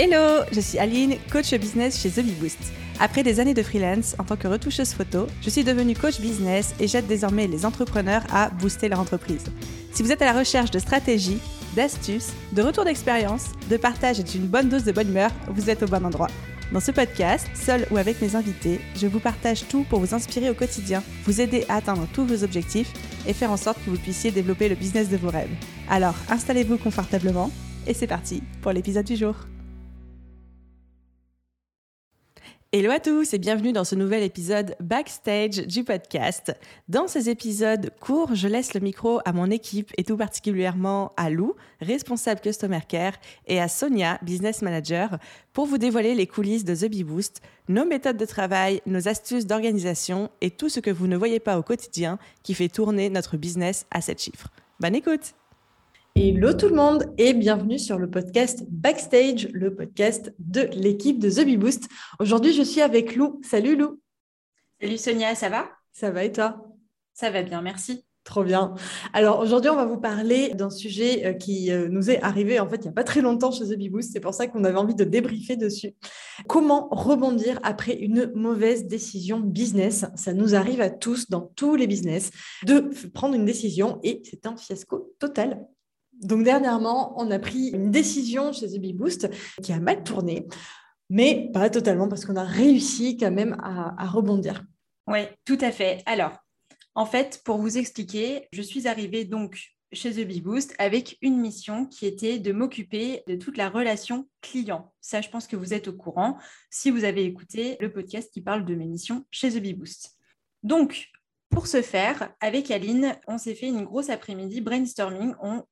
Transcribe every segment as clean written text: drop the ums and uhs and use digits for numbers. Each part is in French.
Hello, je suis Aline, coach business chez The Bee Boost. Après des années de freelance en tant que retoucheuse photo, je suis devenue coach business et j'aide désormais les entrepreneurs à booster leur entreprise. Si vous êtes à la recherche de stratégies, d'astuces, de retours d'expérience, de partage et d'une bonne dose de bonne humeur, vous êtes au bon endroit. Dans ce podcast, seul ou avec mes invités, je vous partage tout pour vous inspirer au quotidien, vous aider à atteindre tous vos objectifs et faire en sorte que vous puissiez développer le business de vos rêves. Alors, installez-vous confortablement et c'est parti pour l'épisode du jour. Hello à tous et bienvenue dans ce nouvel épisode backstage du podcast. Dans ces épisodes courts, je laisse le micro à mon équipe et tout particulièrement à Lou, responsable Customer Care, et à Sonia, Business Manager, pour vous dévoiler les coulisses de The Bee Boost, nos méthodes de travail, nos astuces d'organisation et tout ce que vous ne voyez pas au quotidien qui fait tourner notre business à 7 chiffres. Bonne écoute! Hello tout le monde et bienvenue sur le podcast Backstage, le podcast de l'équipe de The Bee Boost. Aujourd'hui, je suis avec Lou. Salut Lou. Salut Sonia, ça va ? Ça va et toi ? Ça va bien, merci. Trop bien. Alors aujourd'hui, on va vous parler d'un sujet qui nous est arrivé en fait il n'y a pas très longtemps chez The Bee Boost. C'est pour ça qu'on avait envie de débriefer dessus. Comment rebondir après une mauvaise décision business ? Ça nous arrive à tous dans tous les business de prendre une décision et c'est un fiasco total. Donc, dernièrement, on a pris une décision chez The Bee Boost qui a mal tourné, mais pas totalement parce qu'on a réussi quand même à rebondir. Oui, tout à fait. Alors, en fait, pour vous expliquer, je suis arrivée donc chez The Bee Boost avec une mission qui était de m'occuper de toute la relation client. Ça, je pense que vous êtes au courant si vous avez écouté le podcast qui parle de mes missions chez The Bee Boost. Donc, pour ce faire, avec Aline, on s'est fait une grosse après-midi brainstorming.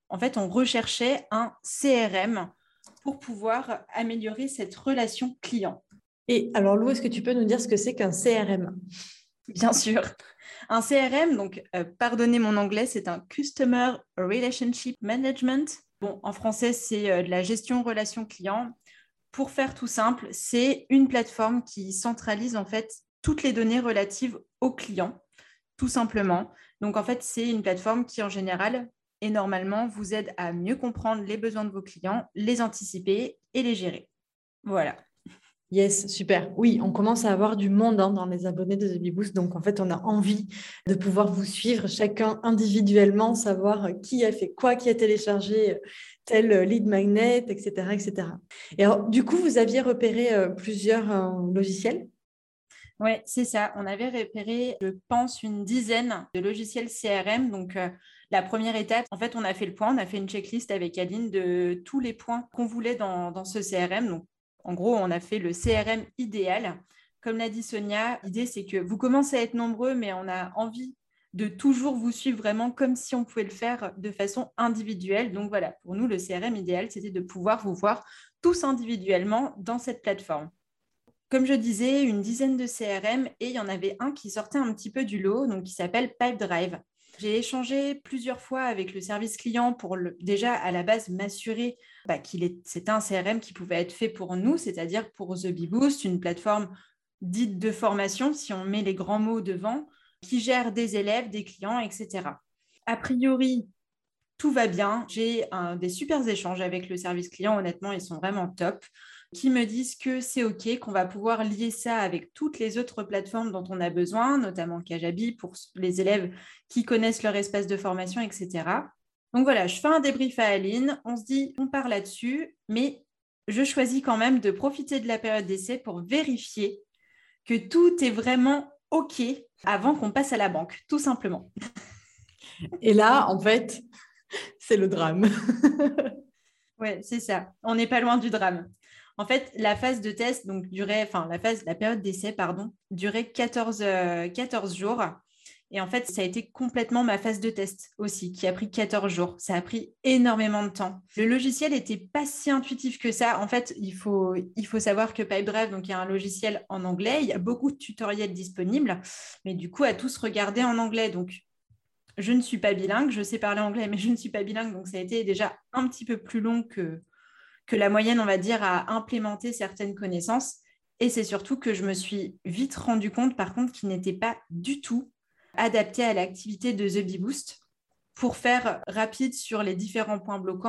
On recherchait un CRM pour pouvoir améliorer cette relation client. Et alors, Lou, est-ce que tu peux nous dire ce que c'est qu'un CRM ? Bien sûr. Un CRM, donc, pardonnez mon anglais, c'est un Customer Relationship Management. Bon, en français, c'est de la gestion relation client. Pour faire tout simple, c'est une plateforme qui centralise en fait toutes les données relatives aux clients, tout simplement. Donc, en fait, c'est une plateforme qui, en général, et normalement, vous aide à mieux comprendre les besoins de vos clients, les anticiper et les gérer. Voilà. Yes, super. Oui, on commence à avoir du monde dans les abonnés de The Bee Boost. Donc, en fait, on a envie de pouvoir vous suivre chacun individuellement, savoir qui a fait quoi, qui a téléchargé tel lead magnet, etc., etc. Et alors, du coup, vous aviez repéré plusieurs logiciels ? Oui, c'est ça. On avait repéré, je pense, une dizaine de logiciels CRM. Donc, la première étape, en fait, on a fait le point, on a fait une checklist avec Aline de tous les points qu'on voulait dans ce CRM. Donc, en gros, on a fait le CRM idéal. Comme l'a dit Sonia, l'idée, c'est que vous commencez à être nombreux, mais on a envie de toujours vous suivre vraiment comme si on pouvait le faire de façon individuelle. Donc, voilà, pour nous, le CRM idéal, c'était de pouvoir vous voir tous individuellement dans cette plateforme. Comme je disais, une dizaine de CRM et il y en avait un qui sortait un petit peu du lot, donc qui s'appelle Pipedrive. J'ai échangé plusieurs fois avec le service client pour déjà à la base m'assurer c'était un CRM qui pouvait être fait pour nous, c'est-à-dire pour The Bee Boost, une plateforme dite de formation, si on met les grands mots devant, qui gère des élèves, des clients, etc. A priori, tout va bien. J'ai des super échanges avec le service client. Honnêtement, ils sont vraiment top. Qui me disent que c'est OK, qu'on va pouvoir lier ça avec toutes les autres plateformes dont on a besoin, notamment Kajabi pour les élèves qui connaissent leur espace de formation, etc. Donc voilà, je fais un débrief à Aline. On se dit, on part là-dessus, mais je choisis quand même de profiter de la période d'essai pour vérifier que tout est vraiment OK avant qu'on passe à la banque, tout simplement. Et là, en fait, c'est le drame. Oui, c'est ça. On n'est pas loin du drame. En fait, la phase de test, la période d'essai, durait 14 jours. Et en fait, ça a été complètement ma phase de test aussi, qui a pris 14 jours. Ça a pris énormément de temps. Le logiciel n'était pas si intuitif que ça. En fait, il faut savoir que Pipedrive, donc, il y a un logiciel en anglais. Il y a beaucoup de tutoriels disponibles, mais du coup, à tous regarder en anglais. Donc, je ne suis pas bilingue. Je sais parler anglais, mais je ne suis pas bilingue. Donc, ça a été déjà un petit peu plus long que la moyenne, on va dire, à implémenter certaines connaissances. Et c'est surtout que je me suis vite rendu compte, par contre, qu'il n'était pas du tout adapté à l'activité de The Bee Boost. Pour faire rapide sur les différents points bloquants,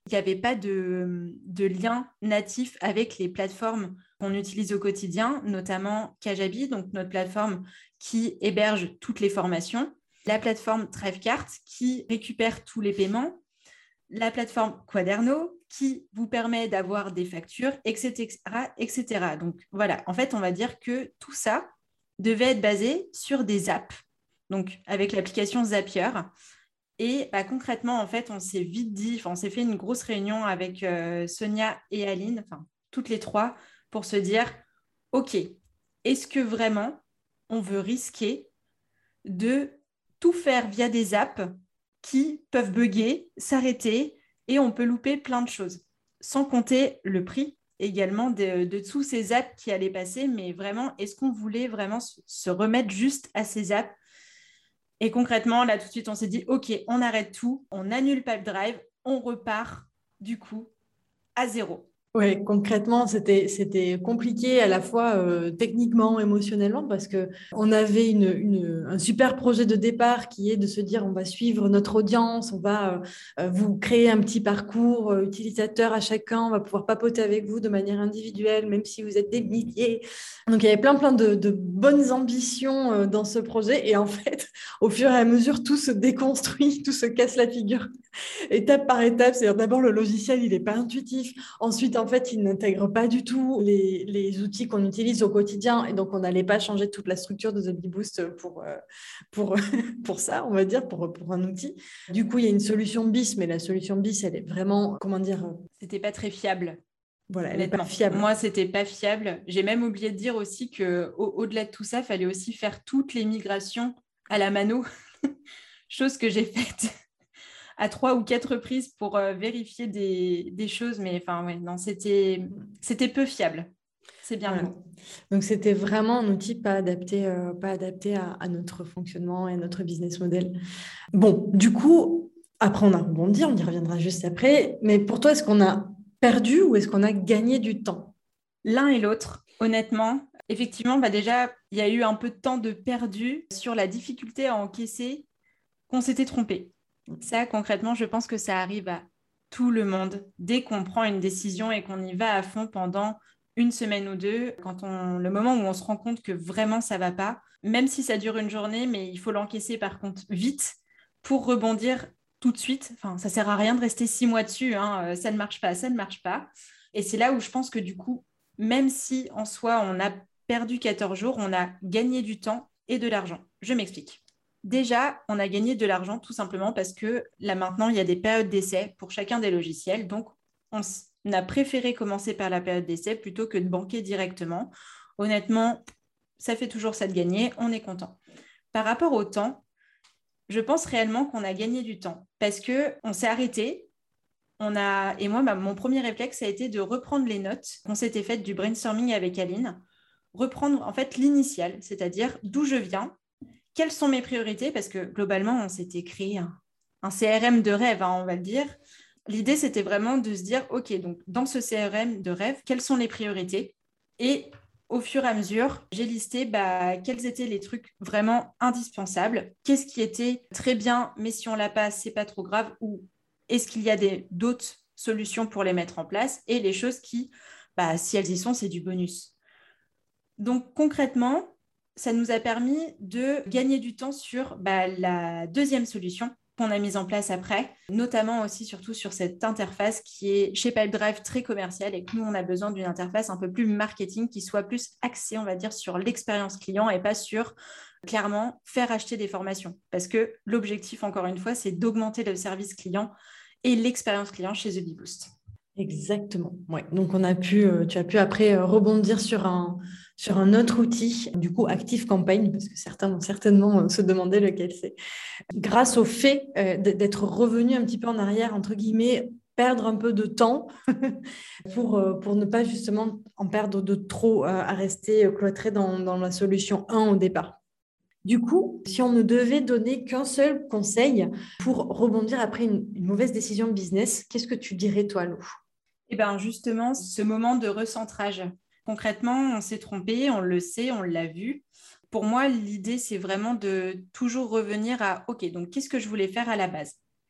Il n'y avait pas de lien natif avec les plateformes qu'on utilise au quotidien, notamment Kajabi, donc notre plateforme qui héberge toutes les formations, la plateforme Trèfecart qui récupère tous les paiements, la plateforme Quaderno qui vous permet d'avoir des factures, etc., etc. Donc voilà, en fait, on va dire que tout ça devait être basé sur des apps, donc avec l'application Zapier. Et concrètement, en fait, on s'est vite dit, on s'est fait une grosse réunion avec Sonia et Aline, toutes les trois, pour se dire, OK, est-ce que vraiment on veut risquer de tout faire via des apps qui peuvent bugger, s'arrêter, et on peut louper plein de choses, sans compter le prix également de tous ces apps qui allaient passer, mais vraiment, est-ce qu'on voulait vraiment se remettre juste à ces apps? Et concrètement, là, tout de suite, on s'est dit, OK, on arrête tout, on annule Pipedrive, on repart, du coup, à zéro. Oui, concrètement, c'était compliqué à la fois techniquement, émotionnellement, parce que on avait un super projet de départ qui est de se dire on va suivre notre audience, on va vous créer un petit parcours utilisateur à chacun, on va pouvoir papoter avec vous de manière individuelle, même si vous êtes des milliers. Donc, il y avait plein de bonnes ambitions dans ce projet. Et en fait, au fur et à mesure, tout se déconstruit, tout se casse la figure, étape par étape. C'est-à-dire d'abord, le logiciel, il n'est pas intuitif. Ensuite, en fait, il n'intègre pas du tout les outils qu'on utilise au quotidien. Et donc, on n'allait pas changer toute la structure de The Bee Boost pour ça, on va dire, pour un outil. Du coup, il y a une solution BIS, mais la solution BIS, elle est vraiment, comment dire... C'était pas très fiable. Voilà, elle n'est pas fiable. Moi, c'était pas fiable. J'ai même oublié de dire aussi qu'au-delà de tout ça, il fallait aussi faire toutes les migrations à la mano, chose que j'ai faite à 3 ou 4 reprises pour vérifier des choses. Mais non, c'était peu fiable. C'est bien le mot. Donc, c'était vraiment un outil pas adapté à notre fonctionnement et à notre business model. Bon, du coup, après, on a rebondi, on y reviendra juste après. Mais pour toi, est-ce qu'on a perdu ou est-ce qu'on a gagné du temps? L'un et l'autre, honnêtement. Effectivement, déjà, il y a eu un peu de temps de perdu sur la difficulté à encaisser qu'on s'était trompé. Ça, concrètement, je pense que ça arrive à tout le monde dès qu'on prend une décision et qu'on y va à fond pendant une semaine ou deux, le moment où on se rend compte que vraiment ça va pas, même si ça dure une journée, mais il faut l'encaisser par contre vite pour rebondir tout de suite. Ça sert à rien de rester 6 mois dessus, hein. Ça ne marche pas, ça ne marche pas. Et c'est là où je pense que du coup, même si en soi on a perdu 14 jours, on a gagné du temps et de l'argent. Je m'explique. Déjà, on a gagné de l'argent tout simplement parce que là maintenant, il y a des périodes d'essai pour chacun des logiciels. Donc, on a préféré commencer par la période d'essai plutôt que de banquer directement. Honnêtement, ça fait toujours ça de gagner. On est content. Par rapport au temps, je pense réellement qu'on a gagné du temps parce qu'on s'est arrêté. Et moi, mon premier réflexe a été de reprendre les notes qu'on s'était faites du brainstorming avec Aline, reprendre en fait l'initial, c'est-à-dire d'où je viens, quelles sont mes priorités, parce que globalement, on s'était créé un CRM de rêve, on va le dire. L'idée, c'était vraiment de se dire, OK, donc dans ce CRM de rêve, quelles sont les priorités? Et au fur et à mesure, j'ai listé quels étaient les trucs vraiment indispensables, qu'est-ce qui était très bien, mais si on l'a pas, c'est pas trop grave, ou est-ce qu'il y a d'autres solutions pour les mettre en place, et les choses qui, si elles y sont, c'est du bonus. Donc concrètement, ça nous a permis de gagner du temps sur la deuxième solution qu'on a mise en place après, notamment aussi surtout sur cette interface qui est chez Pipedrive très commerciale et que nous, on a besoin d'une interface un peu plus marketing qui soit plus axée, on va dire, sur l'expérience client et pas sur, clairement, faire acheter des formations. Parce que l'objectif, encore une fois, c'est d'augmenter le service client et l'expérience client chez The Bee Boost. Exactement. Ouais. Donc, tu as pu après rebondir sur un autre outil, du coup ActiveCampaign, parce que certains vont certainement se demander lequel c'est. Grâce au fait d'être revenu un petit peu en arrière, entre guillemets, perdre un peu de temps pour ne pas justement en perdre de trop à rester cloîtré dans la solution 1 au départ. Du coup, si on ne devait donner qu'un seul conseil pour rebondir après une mauvaise décision de business, qu'est-ce que tu dirais, toi, Lou? Eh bien, justement, ce moment de recentrage. Concrètement, on s'est trompé, on le sait, on l'a vu. Pour moi, l'idée, c'est vraiment de toujours revenir à « OK, donc qu'est-ce que je voulais faire à la base ?»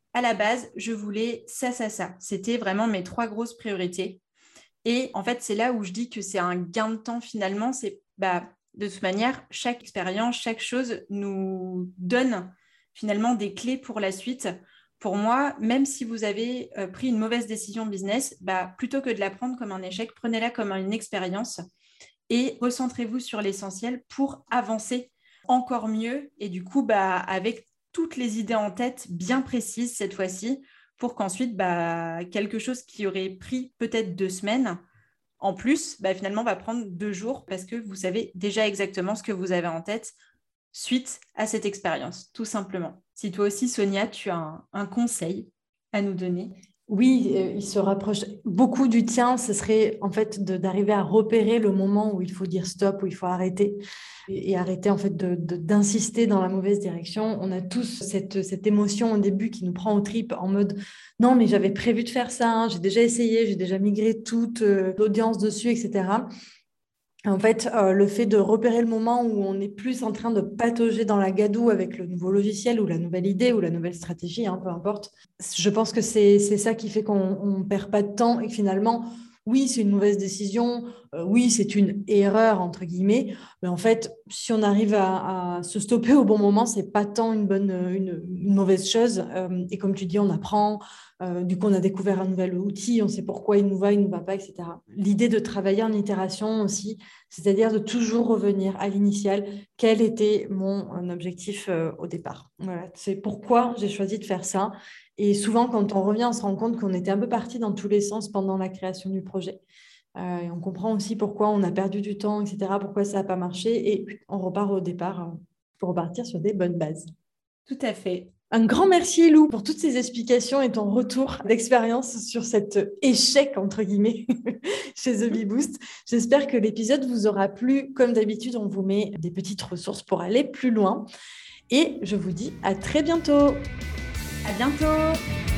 à la base, je voulais ça, ça, ça. C'était vraiment mes 3 grosses priorités. Et en fait, c'est là où je dis que c'est un gain de temps finalement. C'est de toute manière, chaque expérience, chaque chose nous donne finalement des clés pour la suite. Pour moi, même si vous avez pris une mauvaise décision business, plutôt que de la prendre comme un échec, prenez-la comme une expérience et recentrez-vous sur l'essentiel pour avancer encore mieux et du coup, avec toutes les idées en tête bien précises cette fois-ci pour qu'ensuite, quelque chose qui aurait pris peut-être 2 semaines, en plus, finalement, va prendre 2 jours parce que vous savez déjà exactement ce que vous avez en tête suite à cette expérience, tout simplement. Si toi aussi, Sonia, tu as un conseil à nous donner. Oui, il se rapproche beaucoup du tien. Ce serait en fait d'arriver à repérer le moment où il faut dire stop, où il faut arrêter et arrêter en fait d'insister dans la mauvaise direction. On a tous cette émotion au début qui nous prend aux tripes en mode non, mais j'avais prévu de faire ça, j'ai déjà essayé, j'ai déjà migré toute l'audience dessus, etc. En fait, le fait de repérer le moment où on est plus en train de patauger dans la gadoue avec le nouveau logiciel ou la nouvelle idée ou la nouvelle stratégie, peu importe, je pense que c'est ça qui fait qu'on ne perd pas de temps et que finalement, oui, c'est une mauvaise décision, oui, c'est une erreur, entre guillemets, mais en fait, si on arrive à se stopper au bon moment, ce n'est pas tant une mauvaise chose. Et comme tu dis, on apprend, du coup, on a découvert un nouvel outil, on sait pourquoi il nous va pas, etc. L'idée de travailler en itération aussi, c'est-à-dire de toujours revenir à l'initial. Quel était mon objectif au départ? Voilà, c'est pourquoi j'ai choisi de faire ça. Et souvent, quand on revient, on se rend compte qu'on était un peu parti dans tous les sens pendant la création du projet. Et on comprend aussi pourquoi on a perdu du temps, etc., pourquoi ça n'a pas marché. Et on repart au départ pour repartir sur des bonnes bases. Tout à fait. Un grand merci, Lou, pour toutes ces explications et ton retour d'expérience sur cet échec, entre guillemets, chez The Bee Boost. J'espère que l'épisode vous aura plu. Comme d'habitude, on vous met des petites ressources pour aller plus loin. Et je vous dis à très bientôt. À bientôt.